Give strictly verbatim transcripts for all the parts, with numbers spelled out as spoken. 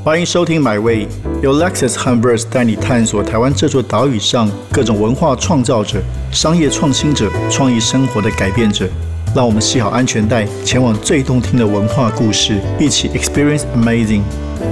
欢迎收听 My Way， 由 Lexus 和 Verse 带你探索台湾这座岛屿上各种文化创造者、商业创新者、创意生活的改变者。让我们系好安全带，前往最动听的文化故事，一起 Experience Amazing。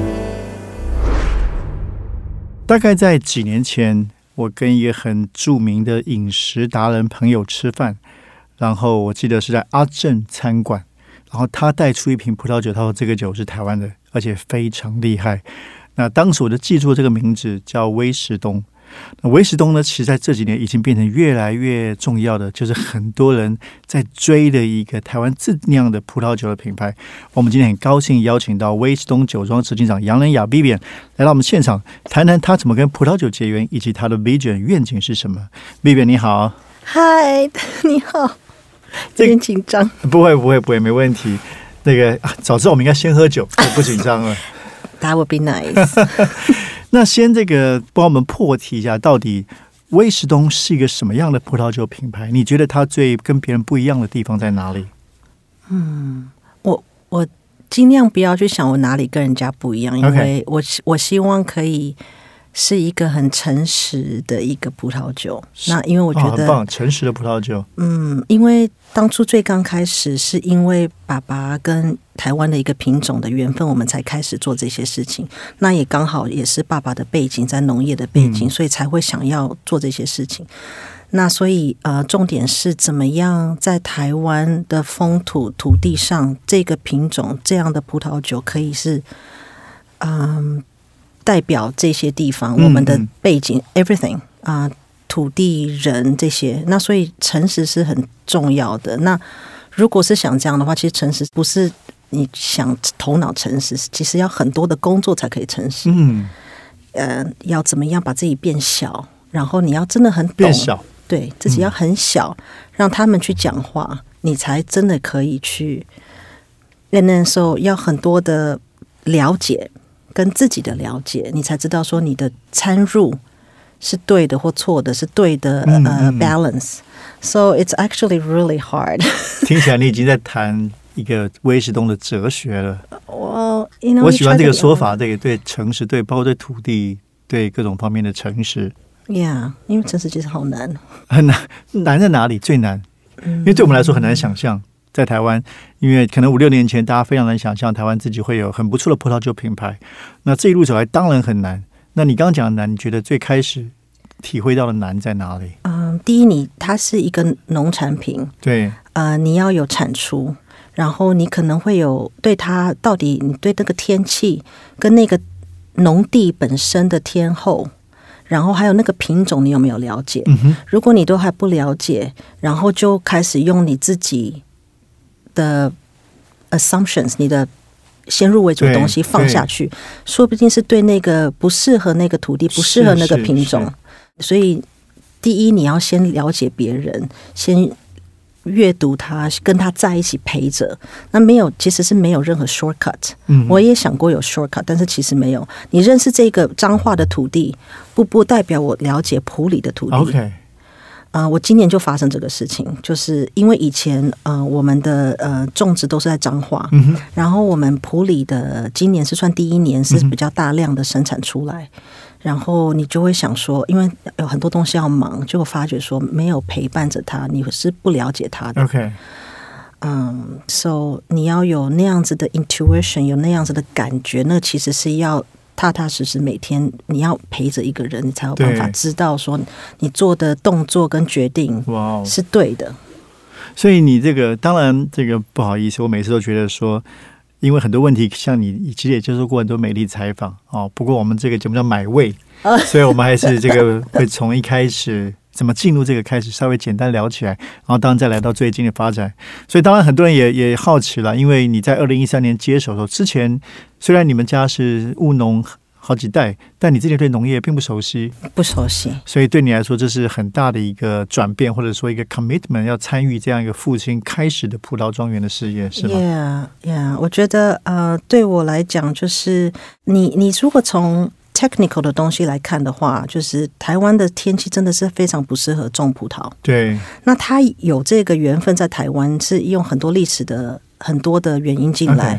大概在几年前，我跟一个很著名的饮食达人朋友吃饭，然后我记得是在阿正餐馆，然后他带出一瓶葡萄酒，他说这个酒是台湾的，而且非常厉害。那当时我就记住这个名字叫威石东。那威石东呢，其实在这几年已经变成越来越重要的，就是很多人在追的一个台湾自酿的葡萄酒的品牌。我们今天很高兴邀请到威石东酒庄执行长杨仁雅 Vivian 来到我们现场，谈谈他怎么跟葡萄酒结缘，以及他的 vision 愿景是什么。Vivian 你好。 嗨，你好。有点紧张。 不会不会不会，没问题。那个、啊、早知道我们应该先喝酒，我不紧张了。 That would be nice 。 那先这个帮我们破题一下，到底威石东是一个什么样的葡萄酒品牌？你觉得它最跟别人不一样的地方在哪里？ 嗯，我我尽量不要去想我哪里跟人家不一样，因为我我希望可以是一个很诚实的一个葡萄酒。那因为我觉得、哦、 很棒，诚实的葡萄酒。 嗯，因为当初最刚开始是因为爸爸跟台湾的一个品种的缘分，我们才开始做这些事情。那也刚好也是爸爸的背景，在农业的背景、嗯、所以才会想要做这些事情。那所以呃，重点是怎么样在台湾的风土土地上，这个品种这样的葡萄酒可以是嗯代表这些地方、嗯、我们的背景 everything 啊、呃，土地人这些。那所以诚实是很重要的。那如果是想这样的话，其实诚实不是你想头脑诚实，其实要很多的工作才可以诚实。嗯，呃，要怎么样把自己变小，然后你要真的很懂， 变小， 对自己要很小、嗯，让他们去讲话，你才真的可以去。那那时候要很多的了解，跟自己的了解，你才知道说你的参入是对的或错的，是对的、嗯呃、balance。So it's actually really hard 。 听起来你已经在谈一个威石东的哲学了。 well, you know, 我喜欢这个说法，对对诚实，对包括对土地，对各种方面的诚实。 Yeah， 因为诚实其实好难， 很难，难在哪里？最难，因为对我们来说很难想象，在台湾，因为可能五六年前大家非常难想象台湾自己会有很不错的葡萄酒品牌。那这一路走来当然很难。那你刚刚讲的难，你觉得最开始体会到的难在哪里？ 嗯，第一，你它是一个农产品， 对， 呃，你要有产出，然后你可能会有对它到底你对那个天气跟那个农地本身的天候，然后还有那个品种你有没有了解、嗯、如果你都还不了解，然后就开始用你自己的 assumptions 你的先入为主的东西放下去，说不定是对那个不适合那个土地不适合那个品种。所以第一你要先了解别人，先阅读他，跟他在一起陪着。那没有，其实是没有任何 shortcut、嗯、我也想过有 shortcut， 但是其实没有。你认识这个彰化的土地不不代表我了解埔里的土地。 OK， 呃，我今年就发生这个事情，就是因为以前呃我们的呃种植都是在彰化、嗯、然后我们埔里的今年是算第一年是比较大量的生产出来、嗯，然后你就会想说，因为有很多东西要忙，结果发觉说没有陪伴着他，你是不了解他的。 OK， 嗯 ，so 你要有那样子的 intuition， 有那样子的感觉，那其实是要踏踏实实每天你要陪着一个人，你才有办法知道说你做的动作跟决定是对的。Wow. 所以你这个当然这个不好意思，我每次都觉得说，因为很多问题像你其实也接受过很多媒体采访、哦、不过我们这个节目叫买味，所以我们还是这个会从一开始怎么进入这个开始稍微简单聊起来，然后当然再来到最近的发展。所以当然很多人也也好奇了，因为你在二零一三年接手的时候，之前虽然你们家是务农好几代，但你自己对农业并不熟悉， 不熟悉， 所以对你来说这是很大的一个转变，或者说一个 commitment， 要参与这样一个父亲开始的葡萄庄园的事业，是吗？ Yeah, yeah， 我觉得呃，对我来讲，就是你你如果从technical 的东西来看的话，就是台湾的天气真的是非常不适合种葡萄。 对， 那它有这个缘分在台湾，是用很多历史的很多的原因进来。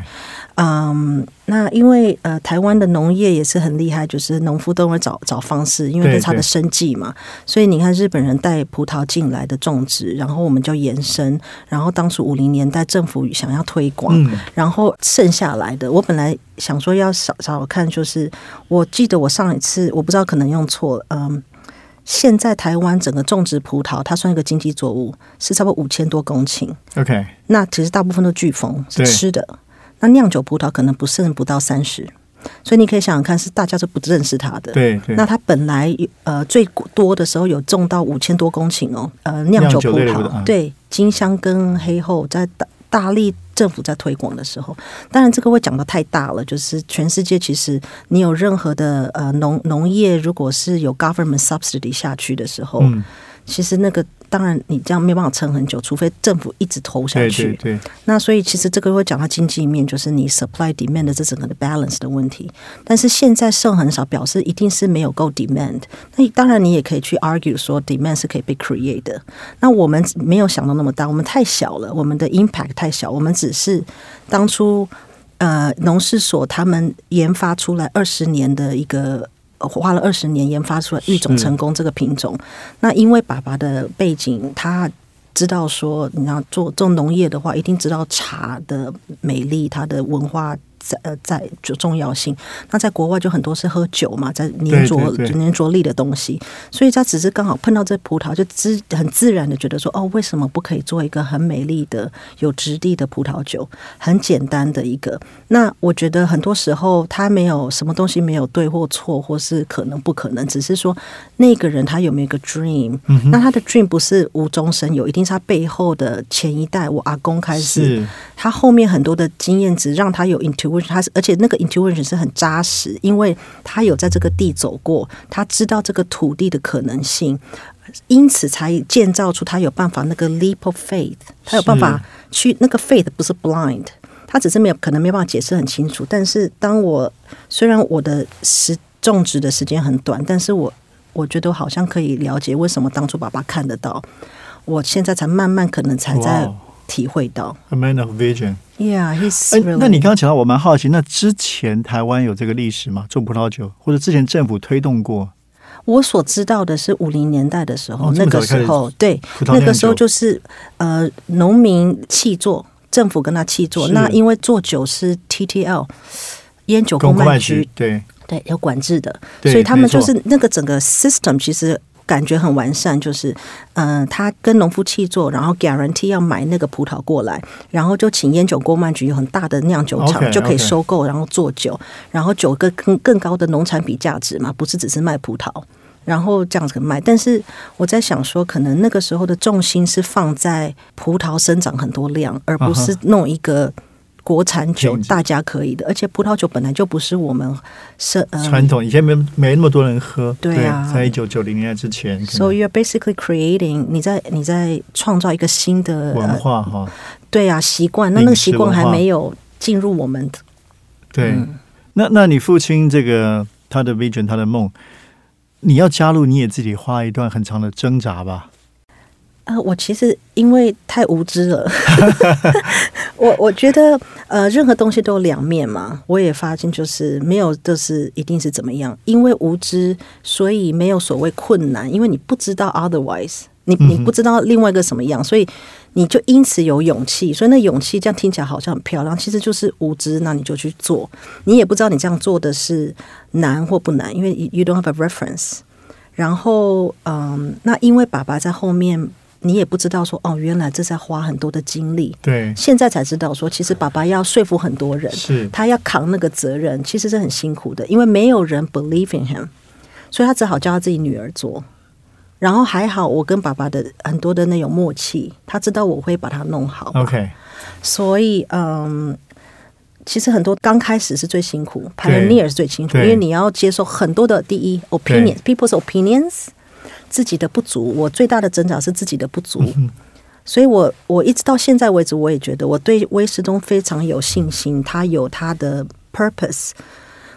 嗯，那因为呃，台湾的农业也是很厉害，就是农夫都会找找方式，因为这是他的生计嘛。所以你看，日本人带葡萄进来的种植，然后我们就延伸，然后当初五零年代政府想要推广，嗯、然后剩下来的，我本来想说要少少看，就是我记得我上一次我不知道可能用错了，嗯。现在台湾整个种植葡萄，它算一个经济作物，是差不多五千多公顷。 OK， 那其实大部分都巨峰是吃的，那酿酒葡萄可能不剩不到三十，所以你可以想想看，是大家是不认识它的。 对对。 那它本来呃最多的时候有种到五千多公顷哦，呃酿酒葡萄，嗯、对，金香跟黑后在大大力政府在推广的时候，当然这个会讲得太大了，就是全世界其实你有任何的呃农农业，如果是有 government subsidy 下去的时候，嗯、其实那个当然你这样没办法撑很久，除非政府一直投下去。 对对对。 那所以其实这个会讲到经济面，就是你 supply demand 的这整个的 balance 的问题。但是现在剩很少，表示一定是没有够 demand。那当然你也可以去 argue 说 demand 是可以被 create 的。那我们没有想到那么大，我们太小了，我们的 impact 太小，我们只是当初呃农事所他们研发出来二十年的一个。花了二十年研发出来育种成功这个品种，那因为爸爸的背景，他知道说，你要做做农业的话，一定知道茶的美丽，它的文化在呃在重要性。那在国外就很多是喝酒嘛，在粘着粘着力的东西，所以他只是刚好碰到这葡萄，就自很自然的觉得说，哦，为什么不可以做一个很美丽的有质地的葡萄酒？很简单的一个。那我觉得很多时候他没有什么东西没有对或错，或是可能不可能，只是说那个人他有没有一个 dream，嗯、那他的 dream 不是无中生有，一定是他背后的前一代，我阿公开始，他后面很多的经验值让他有 intuition， 他是而且那个 intuition 是很扎实，因为他有在这个地走过，他知道这个土地的可能性，因此才建造出他有办法那个 leap of faith， 他有办法去那个 faith 不是 blind。他只是没有可能没有办法解释很清楚，但是当我虽然我的时种植的时间很短，但是我我觉得我好像可以了解为什么当初爸爸看得到，我现在才慢慢可能才在体会到。 A man of vision. Yeah, he's really. 那你刚刚讲到，我蛮好奇，那之前台湾有这个历史吗？种葡萄酒，或者之前政府推动过？ 我所知道的是五零年代的时候，哦、那个时候对，那个时候就是呃农民契作。政府跟他契作，那因为做酒是 T T L 烟酒公卖局， 对对有管制的，所以他们就是那个整个 system 其实感觉很完善，就是嗯、呃，他跟农夫契作，然后 guarantee 要买那个葡萄过来，然后就请烟酒公卖局有很大的酿酒厂 okay, 就可以收购，然后做酒，然后酒更更更高的农产品价值嘛，不是只是卖葡萄。然后这样子卖，但是我在想说，可能那个时候的重心是放在葡萄生长很多量，而不是弄一个国产酒大家可以的。而且葡萄酒本来就不是我们是、呃、 传统，以前没没那么多人喝。 对啊， 对在一九九零年代之前。 So you're basically creating 你在你在创造一个新的文化哈、呃。 对啊，习惯。那那个习惯还没有进入我们。 对，嗯、那那你父亲这个他的 vision 他的梦。你要加入，你也自己花一段很长的挣扎吧？ 呃，我其实因为太无知了，我我觉得呃，任何东西都有两面嘛。我也发现就是没有，就是一定是怎么样，因为无知，所以没有所谓困难，因为你不知道 otherwise， 你你不知道另外一个什么样，所以你就因此有勇气。所以那勇气这样听起来好像很漂亮，其实就是无知，那你就去做，你也不知道你这样做的是难或不难，因为 you don't have a reference。然后嗯，那因为爸爸在后面。你也不知道说哦，原来这在花很多的精力。 对， 现在才知道说，其实爸爸要说服很多人， 是他要扛那个责任，其实是很辛苦的，因为没有人 believe in him， 所以他只好叫他自己女儿做。然后还好，我跟爸爸的很多的那种默契，他知道我会把它弄好。 OK， 所以嗯，其实很多刚开始是最辛苦 ，pioneer 是最辛苦，因为你要接受很多的第一 opinions， people's opinions。自己的不足，我最大的挣扎是自己的不足，嗯、所以我我一直到现在为止，我也觉得我对威士东非常有信心，他有他的 purpose，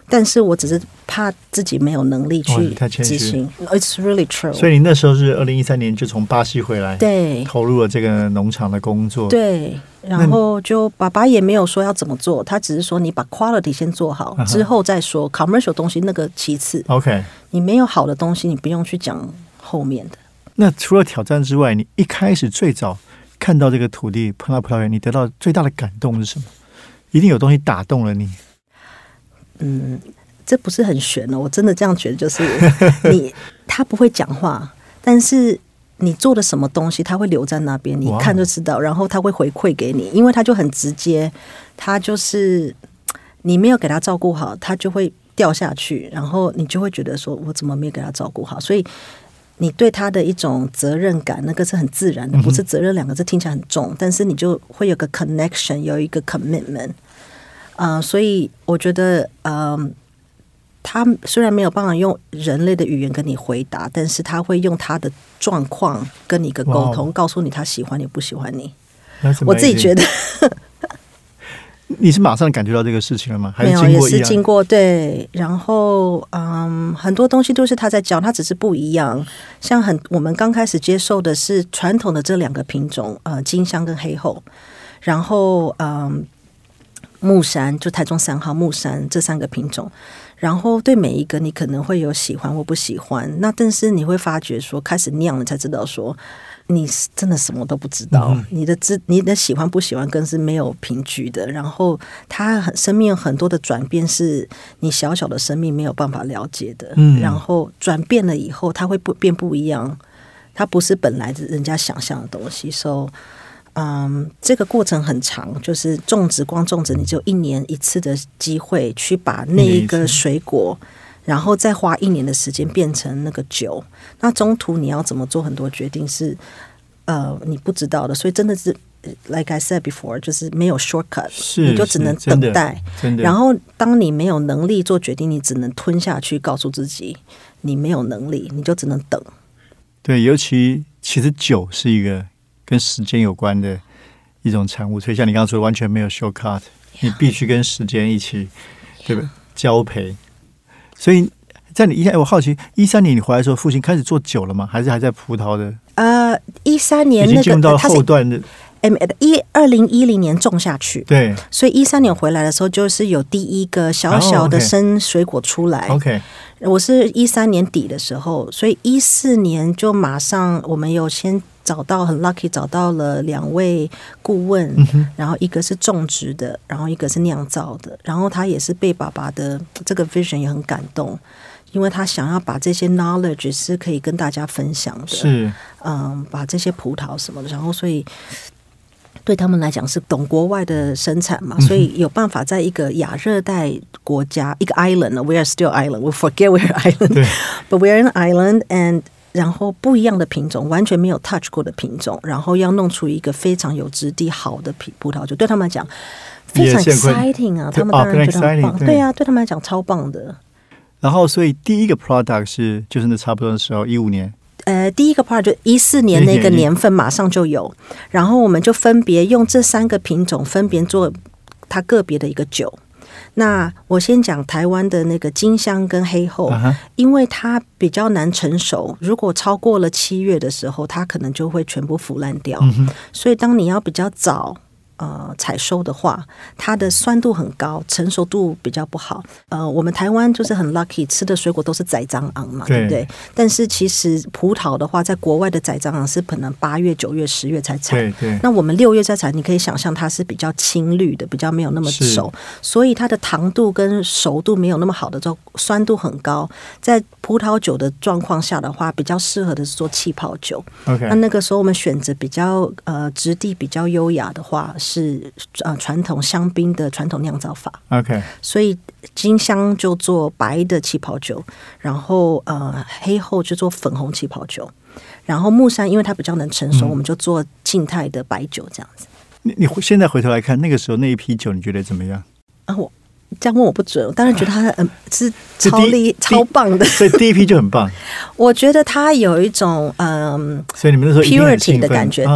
但是我只是怕自己没有能力去执行。It's really true。 所以你那时候是二零一三年就从巴西回来， 对， 投入了这个农场的工作。 对，然后就爸爸也没有说要怎么做，他只是说你把 quality 先做好，之后再说 commercial 东西那个其次。 OK， 你没有好的东西，你不用去讲后面的。 那除了挑战之外，你一开始最早看到这个土地碰到葡萄园，你得到最大的感动是什么？一定有东西打动了你。 嗯，这不是很玄哦，我真的这样觉得，就是你他不会讲话，但是你做了什么东西，他会留在那边，你看就知道，然后他会回馈给你，因为他就很直接，他就是你没有给他照顾好，他就会掉下去，然后你就会觉得说，我怎么没有给他照顾好？所以你对他的一种责任感，那个是很自然的，不是责任两个字听起来很重，但是你就会有个 connection， 有一个 commitment。呃，所以我觉得，嗯、呃，他虽然没有办法用人类的语言跟你回答，但是他会用他的状况跟你一个沟通， wow. 告诉你他喜欢你不喜欢你。我自己觉得， 你是马上感觉到这个事情了吗？还是经过没有，也是经过对。然后，嗯，很多东西都是他在教，他只是不一样。像很我们刚开始接受的是传统的这两个品种，呃，金香跟黑后，然后，嗯。木杉就台中三号木杉这三个品种，然后对每一个你可能会有喜欢或不喜欢，那但是你会发觉说开始酿了才知道说你真的什么都不知道，嗯、你的知你的喜欢不喜欢更是没有凭据的，然后它很生命有很多的转变是你小小的生命没有办法了解的，嗯、然后转变了以后它会不变不一样，它不是本来人家想象的东西，所以嗯，这个过程很长，就是种植光种植，你只有一年一次的机会去把那一个水果，然后再花一年的时间变成那个酒。那中途你要怎么做很多决定是呃你不知道的，所以真的是 like I said before， 就是没有 shortcut， 你就只能等待。然后当你没有能力做决定，你只能吞下去，告诉自己你没有能力，你就只能等。 对，尤其其实酒是一个跟时间有关的一种产物，所以像你刚刚说的，完全没有 shortcut， 你必须跟时间一起，对吧？交配。所以在你一我好奇，一三年你回来的时候，父亲开始做酒了吗？还是还在葡萄的？ 呃，一三年那个已经进入到后段的。 一二零一零年种下去， 对， 所以一三年回来的时候，就是有第一个小小的生水果出来。 Oh, OK， 我是一三年底的时候，所以一四年就马上我们有先找到很 lucky 找到了两位顾问，嗯、然后一个是种植的，然后一个是酿造的，然后他也是被爸爸的这个 vision 也很感动。因为他想要把这些 knowledge 是可以跟大家分享的， 是， 嗯，把这些葡萄什么的，然后所以对他们来讲是懂国外的生产嘛，所以有办法在一个亚热带国家，一个 island，we are still island，we forget we're island，but we're an island and 然后不一样的品种，完全没有 touch 过的品种，然后要弄出一个非常有质地好的葡萄酒，对他们来讲非常 exciting 啊，他们当然觉得很棒，对啊，对他们来讲超棒的。 然后，所以第一个 product 是就是那差不多的时候，一五年。 呃，第一个 product 就一四年那个年份马上就有，然后我们就分别用这三个品种分别做它个别的一个酒。那我先讲台湾的那个金香跟黑后， uh-huh. 因为它比较难成熟，如果超过了七月的时候，它可能就会全部腐烂掉。Uh-huh. 所以当你要比较早呃，采收的话，它的酸度很高，成熟度比较不好。呃，我们台湾就是很 lucky， 吃的水果都是载樟昂嘛， 对, 对不对？但是其实葡萄的话，在国外的载樟昂是可能八月、九月、十月才产。 对对。 那我们六月才产，你可以想象它是比较青绿的，比较没有那么熟，所以它的糖度跟熟度没有那么好的时候，酸度很高。在葡萄酒的状况下的话，比较适合的是做气泡酒。 OK。 那那个时候我们选择比较呃质地比较优雅的话。是呃传统香槟的传统酿造法 ，OK， 所以金香就做白的气泡酒，然后呃黑后就做粉红气泡酒，然后木杉因为它比较能成熟，嗯、我们就做静态的白酒这样子。 你你现在回头来看那个时候那一批酒，你觉得怎么样？ 啊，我这样问我不准，我当然觉得它嗯、呃、是超厉超棒的， 所以第一批就很棒。 我觉得它有一种嗯， 所以你们那时候 purity 的感觉，哦、对。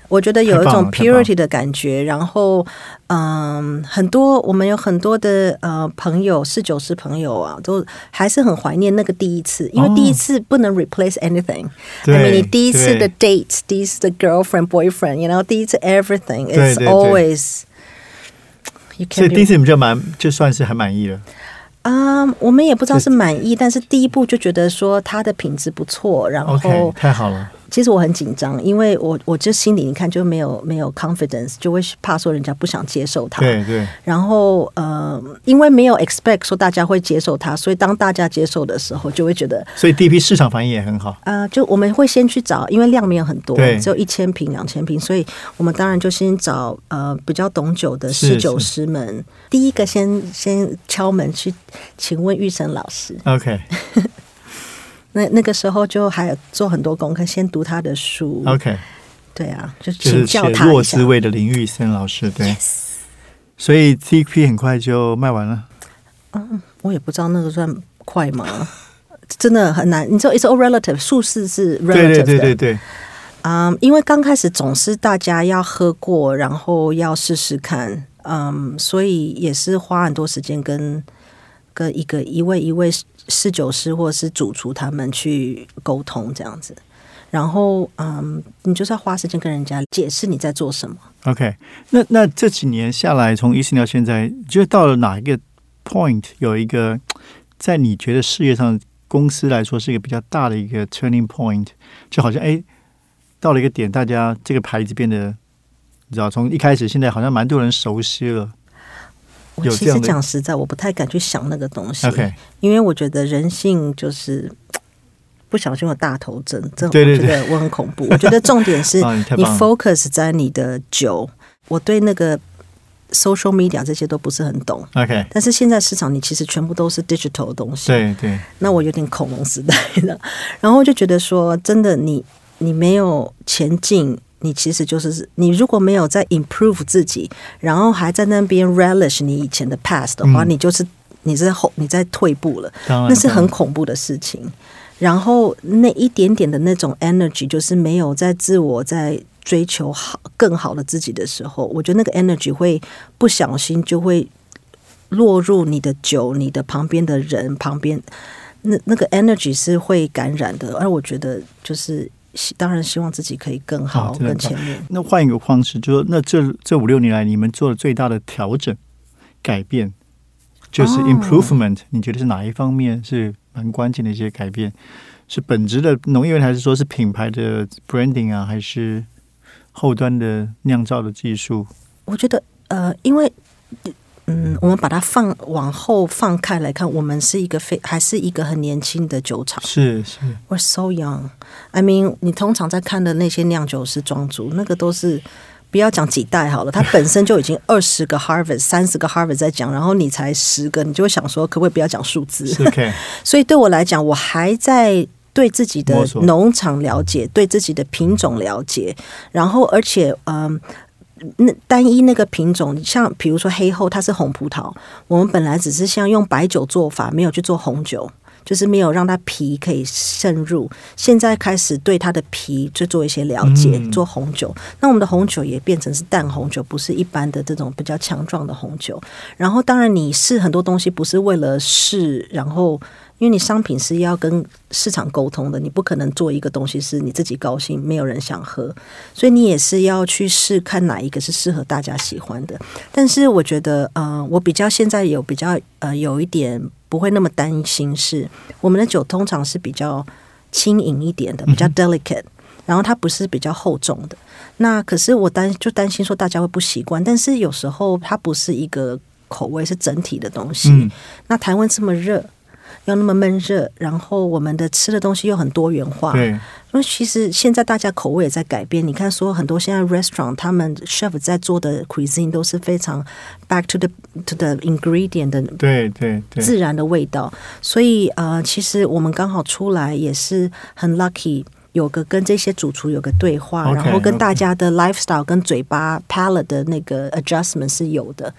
我觉得有一种 purity 的感觉，然后嗯，很多我们有很多的呃朋友，侍酒师朋友啊，都还是很怀念那个第一次，因为第一次不能 replace anything、哦。I mean， 你第一次的 date， 第一次的 girlfriend boyfriend，you know， 第一次 everything is always。 所以第一次你们就蛮就算是很满意了。 啊、um, 我们也不知道是满意，但是第一步就觉得说它的品质不错，然后、 okay, 太好了。 其实我很紧张，因为我我就心里你看就没有没有 confidence， 就会怕说人家不想接受它。 对对。 然后呃，因为没有 expect 说大家会接受它，所以当大家接受的时候，就会觉得。 所以第一批市场反应也很好。 呃，就我们会先去找，因为量没有很多，只有一千瓶、两千瓶，所以我们当然就先找呃比较懂酒的侍酒师们。第一个先先敲门去，请问玉成老师。 OK。 那那个时候就还有做很多功课，先读他的书。 OK， 对啊，就请教他一下。 弱滋味的林玉森老师，对。 Yes. 所以第一批很快就卖完了。 嗯，我也不知道那个算快吗？真的很难。你知道 ，it's all relative， 数字是 relative 的。 对对对对对。 嗯，因为刚开始总是大家要喝过，然后要试试看，嗯，所以也是花很多时间跟跟一个一位一位。侍酒师或者是主厨他们去沟通这样子，然后嗯，你就是要花时间跟人家解释你在做什么。 OK， 那那这几年下来，从一四年到现在，就到了哪一个 point 有一个在你觉得事业上公司来说是一个比较大的一个 turning point， 就好像哎到了一个点，大家这个牌子变得你知道，从一开始现在好像蛮多人熟悉了。 我其实讲实在，我不太敢去想那个东西， okay. 因为我觉得人性就是不小心有大头症，这我觉得我很恐怖。我觉得重点是你 focus 在你的酒，我对那个 social media 这些都不是很懂。 Okay. 但是现在市场你其实全部都是 digital 的东西， 对对。 那我有点恐龙时代的，然后就觉得说，真的你你没有前进。你其实就是你如果没有在 improve 自己，然后还在那边 relish 你以前的 past 的话，嗯、你就是你在后你在退步了，那是很恐怖的事情。然后那一点点的那种 energy， 就是没有在自我在追求好更好的自己的时候，我觉得那个 energy 会不小心就会落入你的酒、你的旁边的人旁边，那那个 energy 是会感染的。而我觉得就是。当然希望自己可以更好、更前面。 那换一个方式，就是那这这五六年来，你们做的最大的调整、改变，就是 improvement、哦。你觉得是哪一方面是蛮关键的一些改变？是本质的农业，还是说是品牌的 branding 啊，还是后端的酿造的技术？ 我觉得，呃，因为。嗯，我们把它放往后放开来看，我们是一个非还是一个很年轻的酒厂， 是是 ，We're so young. I mean， 你通常在看的那些酿酒师庄主，那个都是不要讲几代好了，他本身就已经二十个 harvest、三十个 harvest 在讲，然后你才十个，你就会想说，可不可以不要讲数字？ Okay. 所以对我来讲，我还在对自己的农场了解，对自己的品种了解，然后而且嗯。那单一那个品种，像比如说黑后，它是红葡萄。我们本来只是像用白酒做法，没有去做红酒，就是没有让它皮可以渗入。现在开始对它的皮去做一些了解，做红酒。那我们的红酒也变成是淡红酒，不是一般的这种比较强壮的红酒。然后，当然你试很多东西不是为了试，然后。因为你商品是要跟市场沟通的，你不可能做一个东西是你自己高兴，没有人想喝，所以你也是要去试看哪一个是适合大家喜欢的。但是我觉得，呃，我比较现在有比较呃有一点不会那么担心是，我们的酒通常是比较轻盈一点的，比较 delicate，、嗯、然后它不是比较厚重的。那可是我担就担心说大家会不习惯，但是有时候它不是一个口味，是整体的东西。嗯、那台湾这么热。又那么闷热，然后我们的吃的东西又很多元化， 对， 因为其实现在大家口味也在改变。你看，说很多现在 restaurant 他们 chef 在做的 cuisine 都是非常 back to the to the ingredient 的， 对对对， 自然的味道。所以呃，其实我们刚好出来也是很 lucky， 有个跟这些主厨有个对话， okay, 然后跟大家的 lifestyle 跟嘴巴 palate 的那个 adjustment 是有的。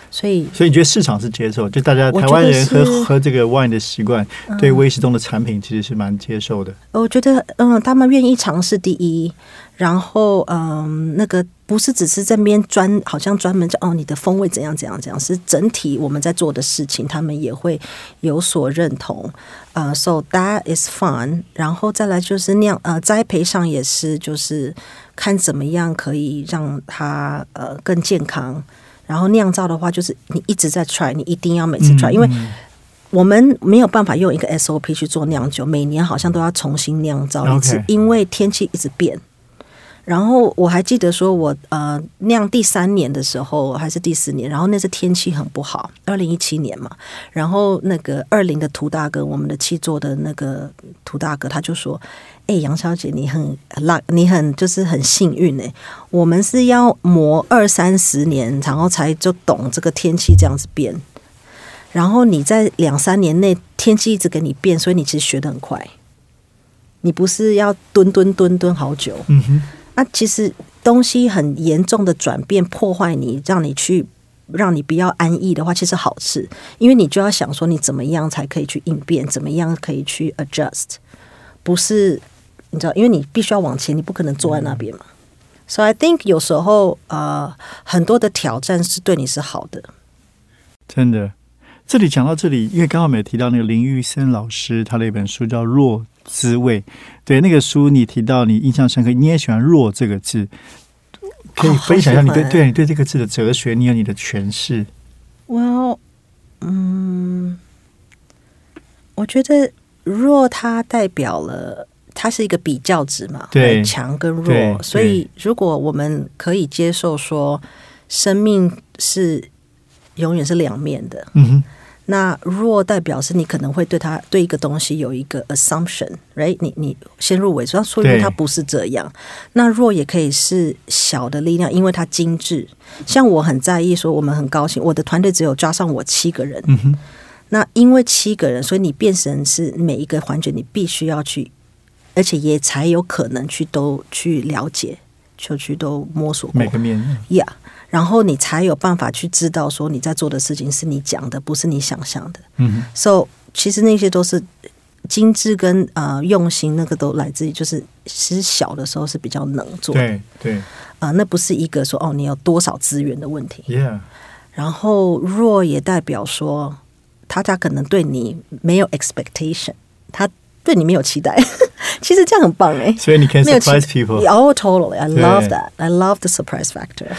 所以所以你觉得市场是接受，就大家台湾人喝喝这个 wine 的习惯，嗯、对威士东的产品其实是蛮接受的。 我觉得嗯，他们愿意尝试第一，然后嗯，那个不是只是这边专好像专门哦你的风味怎样怎样怎样，是整体我们在做的事情，他们也会有所认同。呃、uh, ，so that is fun。然后再来就是酿呃栽培上也是，就是看怎么样可以让它呃更健康。然后酿造的话，就是你一直在 try， 你一定要每次 try，、嗯、因为我们没有办法用一个 S O P 去做酿酒，每年好像都要重新酿造一次， okay. 因为天气一直变。然后我还记得说我呃酿第三年的时候还是第四年，然后那次天气很不好，二零一七年嘛，然后那个二零的涂大哥，我们的七座的那个涂大哥他就说，哎、欸，杨小姐你很你很就是很幸运哎、欸，我们是要磨二三十年，然后才就懂这个天气这样子变，然后你在两三年内天气一直给你变，所以你其实学得很快，你不是要蹲蹲蹲蹲好久， 嗯哼。 那、啊、其实东西很严重的转变破坏你，让你去让你比较安逸的话，其实好事，因为你就要想说你怎么样才可以去应变，怎么样可以去 adjust， 不是你知道，因为你必须要往前，你不可能坐在那边嘛。嗯、So I think 有时候呃很多的挑战是对你是好的， 真的。这里讲到这里，因为刚刚我们也提到那个林玉森老师他的一本书叫《弱滋味》，对那个书你提到你印象深刻，你也喜欢“弱”这个字，可以分享一下你对、哦、对你对这个字的哲学，你有你的诠释。 Well， 嗯，我觉得“弱”它代表了它是一个比较值嘛， 对， 强跟弱，所以如果我们可以接受说生命是永远是两面的， 嗯哼。 那弱代表是你可能会对它对一个东西有一个 assumption， right？ 你你先入为主，说明它不是这样。那弱也可以是小的力量，因为它精致。像我很在意说，我们很高兴，我的团队只有加上我七个人。 嗯哼。 那因为七个人，所以你变成是每一个环节你必须要去，而且也才有可能去都去了解，就去都摸索过每个面。 Yeah。然后你才有办法去知道说你在做的事情是你讲的，不是你想象的。 嗯 ，so 其实那些都是精致跟呃用心，那个都来自于就是其实小的时候是比较能做的。 对对。 呃，那不是一个说哦你有多少资源的问题。 Yeah。 然后弱也代表说，他家可能对你没有 expectation， 他对你没有期待。其实这样很棒哎、欸， 所以你可以 surprise people. Oh, totally. I love that. I love the surprise factor.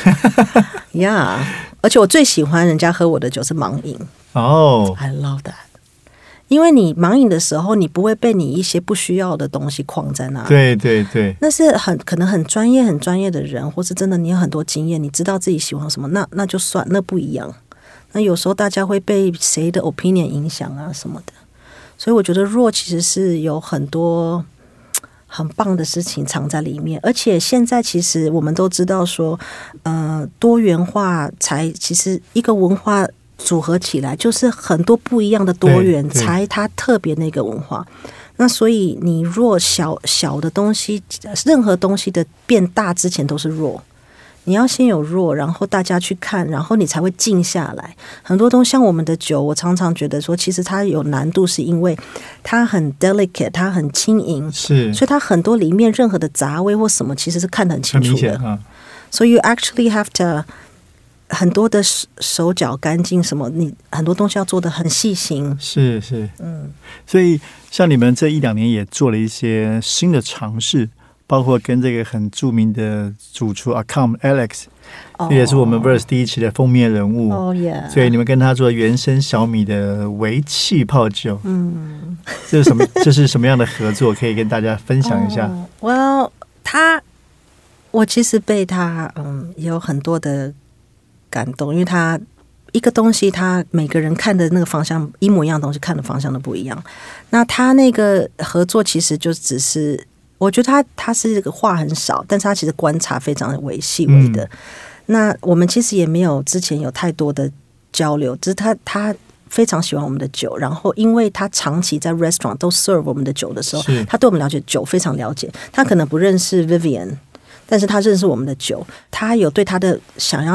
Yeah. 而且我最喜欢人家喝我的酒是盲饮。 哦、oh. I love that. 因为你盲饮的时候，你不会被你一些不需要的东西框在那里。 对对对。 那是很可能很专业、很专业的人，或是真的你有很多经验，你知道自己喜欢什么，那那就算，那不一样。那有时候大家会被谁的 opinion 影响啊什么的。所以我觉得弱其实是有很多很棒的事情藏在里面，而且现在其实我们都知道说，呃，多元化才其实一个文化组合起来就是很多不一样的多元，才它特别那个文化。那所以你弱小小的东西，任何东西的变大之前都是弱。你要先有弱，然后大家去看，然后你才会静下来。很多东西像我们的酒，我常常觉得说，其实它有难度，是因为它很 delicate， 它很轻盈， 是， 所以它很多里面任何的杂味或什么，其实是看得很清楚的。 啊、 所以 you actually have to 很多的手脚干净，什么你很多东西要做得很细心。 是是， 嗯， 所以像你们这一两年也做了一些新的尝试。包括跟这个很著名的主厨 Akam Alex， oh. 也是我们 Verse 第一期的封面人物。 哦耶！ 所以你们跟他做原生小米的微气泡酒， 嗯， 这是什么？这是什么样的合作？可以跟大家分享一下。 哦、well, 他，我其实被他嗯有很多的感动，因为他一个东西，他每个人看的那个方向一模一样的东西，看的方向都不一样。那他那个合作其实就只是。我觉得他他是这个话很少，但是他其实观察非常的微细微的、嗯。那我们其实也没有之前有太多的交流，只是他他非常喜欢我们的酒，然后因为他长期在 restaurant 都 serve 我们的酒的时候，他对我们了解酒非常了解。他可能不认识 Vivian， 但是他认识我们的酒，他有对他的想要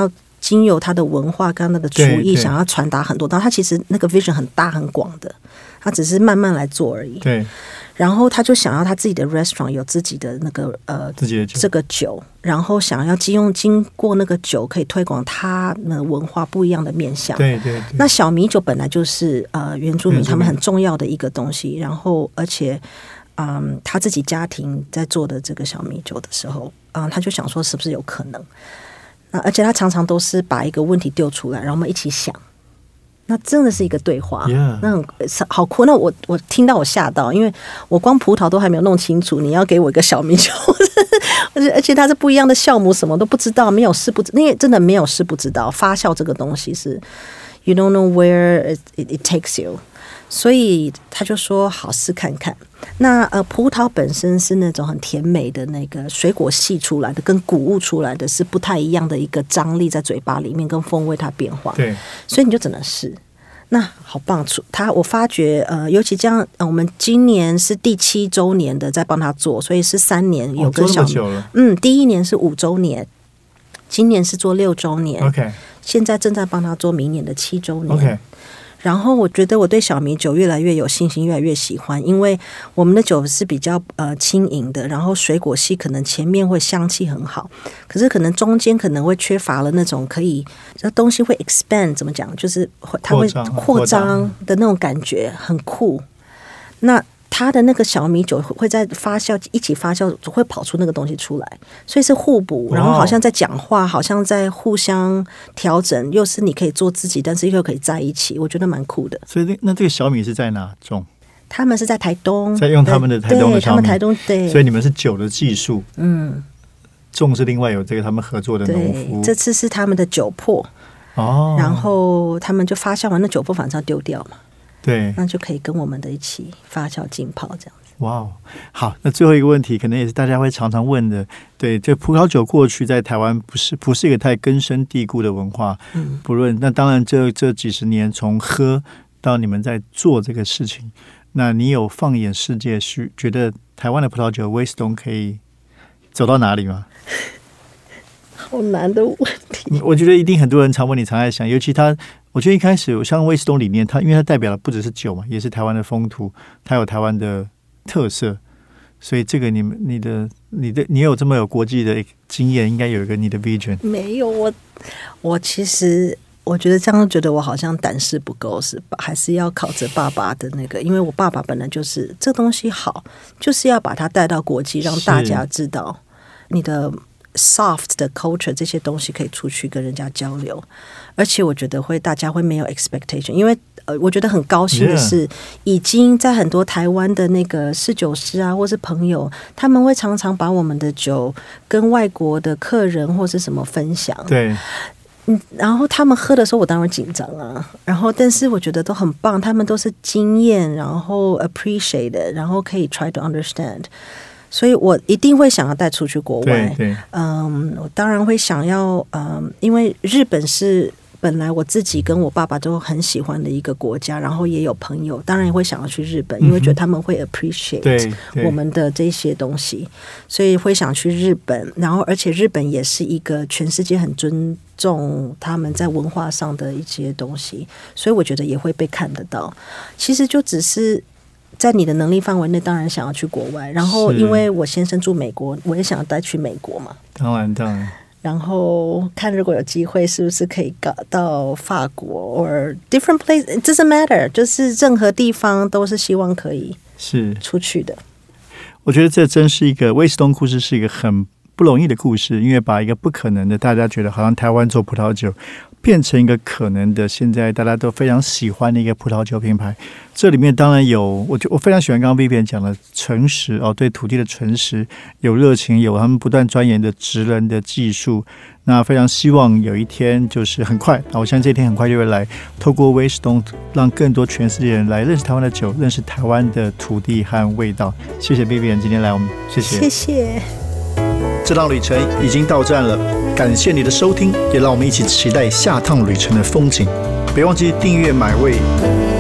经由他的文化跟他的厨艺想要传达很多，但他其实那个 vision 很大很广的，他只是慢慢来做而已。 对。 然后他就想要他自己的 restaurant 有自己的那个呃自己的酒这个酒，然后想要经用经过那个酒可以推广他的文化不一样的面向。 对对对。 那小米酒本来就是呃原住民他们很重要的一个东西，然后而且嗯他自己家庭在做的这个小米酒的时候，嗯他就想说是不是有可能？那而且他常常都是把一个问题丢出来，然后我们一起想。那真的是一个对话， yeah. 那很好酷。那我我听到我吓到，因为我光葡萄都还没有弄清楚，你要给我一个小米酒，而且而且它是不一样的酵母，什么都不知道，没有试不知，因为真的没有试不知道。发酵这个东西是 you don't know where it, it takes you， 所以他就说好试看看。那呃，葡萄本身是那种很甜美的那个水果系出来的，跟谷物出来的是不太一样的一个张力在嘴巴里面，跟风味它变化。 对， 所以你就只能试。那好棒！他我发觉呃，尤其这样、呃，我们今年是第七周年的在帮他做，所以是三年有跟小米、 哦、 嗯，第一年是五周年，今年是做六周年。 OK， 现在正在帮他做明年的七周年。 OK。 然后我觉得我对小米酒越来越有信心，越来越喜欢，因为我们的酒是比较呃轻盈的，然后水果系可能前面会香气很好，可是可能中间可能会缺乏了那种可以这东西会 expand 怎么讲，就是它会扩张的那种感觉，很酷。那它的那个小米酒会在发酵一起发酵，会跑出那个东西出来，所以是互补，然后好像在讲话，好像在互相调整，又是你可以做自己，但是又可以在一起，我觉得蛮酷的。 所以那这个小米是在哪种？ 他们是在台东， 在用他们的台东的小米， 他们台东对， 所以你们是酒的技术， 嗯， 种是另外有这个他们合作的农夫， 这次是他们的酒粕哦，然后他们就发酵完那酒粕反正要丢掉嘛。 对， 那就可以跟我们的一起发酵浸泡这样子。 哇哦，好，那最后一个问题，可能也是大家会常常问的，对，这葡萄酒过去在台湾不是不是一个太根深蒂固的文化，嗯，不论那当然这这几十年从喝到你们在做这个事情，那你有放眼世界，是觉得台湾的葡萄酒威斯东可以走到哪里吗？ 好难的问题， 我觉得一定很多人常问你，常在想，尤其他。我觉得一开始像威斯东理念，它因为它代表的不只是酒嘛，也是台湾的风土，它有台湾的特色，所以这个你们、你的、你的、你有这么有国际的经验，应该有一个你的 vision。 没有，我我其实我觉得这样觉得我好像胆识不够，是吧？还是要靠着爸爸的那个，因为我爸爸本来就是这东西好，就是要把它带到国际，让大家知道你的。soft 的 culture 这些东西可以出去跟人家交流，而且我觉得会大家会没有 expectation， 因为呃，我觉得很高兴的是， yeah. 已经在很多台湾的那个侍酒师啊，或是朋友，他们会常常把我们的酒跟外国的客人或是什么分享， 对， 嗯，然后他们喝的时候，我当然紧张啊，然后但是我觉得都很棒，他们都是经验，然后 appreciate， 然后可以 try to understand。所以我一定会想要带出去国外， 对对， 嗯，我当然会想要，嗯，因为日本是本来我自己跟我爸爸都很喜欢的一个国家，然后也有朋友，当然也会想要去日本，因为觉得他们会 appreciate 我们的这些东西，所以会想去日本，然后而且日本也是一个全世界很尊重他们在文化上的一些东西，所以我觉得也会被看得到。其实就只是。在你的能力范围内，当然想要去国外。然后，因为我先生住美国，我也想要带去美国嘛。 当然，当然。 然后看如果有机会，是不是可以搞到法国 or different place? It doesn't matter， 就是任何地方都是希望可以是出去的。 我觉得这真是一个威斯东故事，是一个很不容易的故事，因为把一个不可能的，大家觉得好像台湾做葡萄酒。变成一个可能的，现在大家都非常喜欢的一个葡萄酒品牌。这里面当然有，我就我非常喜欢刚刚 Vivian 讲的诚实哦，对土地的诚实，有热情，有他们不断钻研的职人的技术。那非常希望有一天，就是很快，我相信这一天很快就会来，透过威斯东，让更多全世界人来认识台湾的酒，认识台湾的土地和味道。谢谢 Vivian 今天来我们，谢谢， 谢谢。 这趟旅程已经到站了，感谢你的收听，也让我们一起期待下趟旅程的风景。别忘记订阅买味。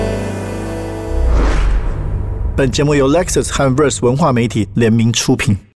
本节目由 Lexus 和 Verse 文化媒体联名出品。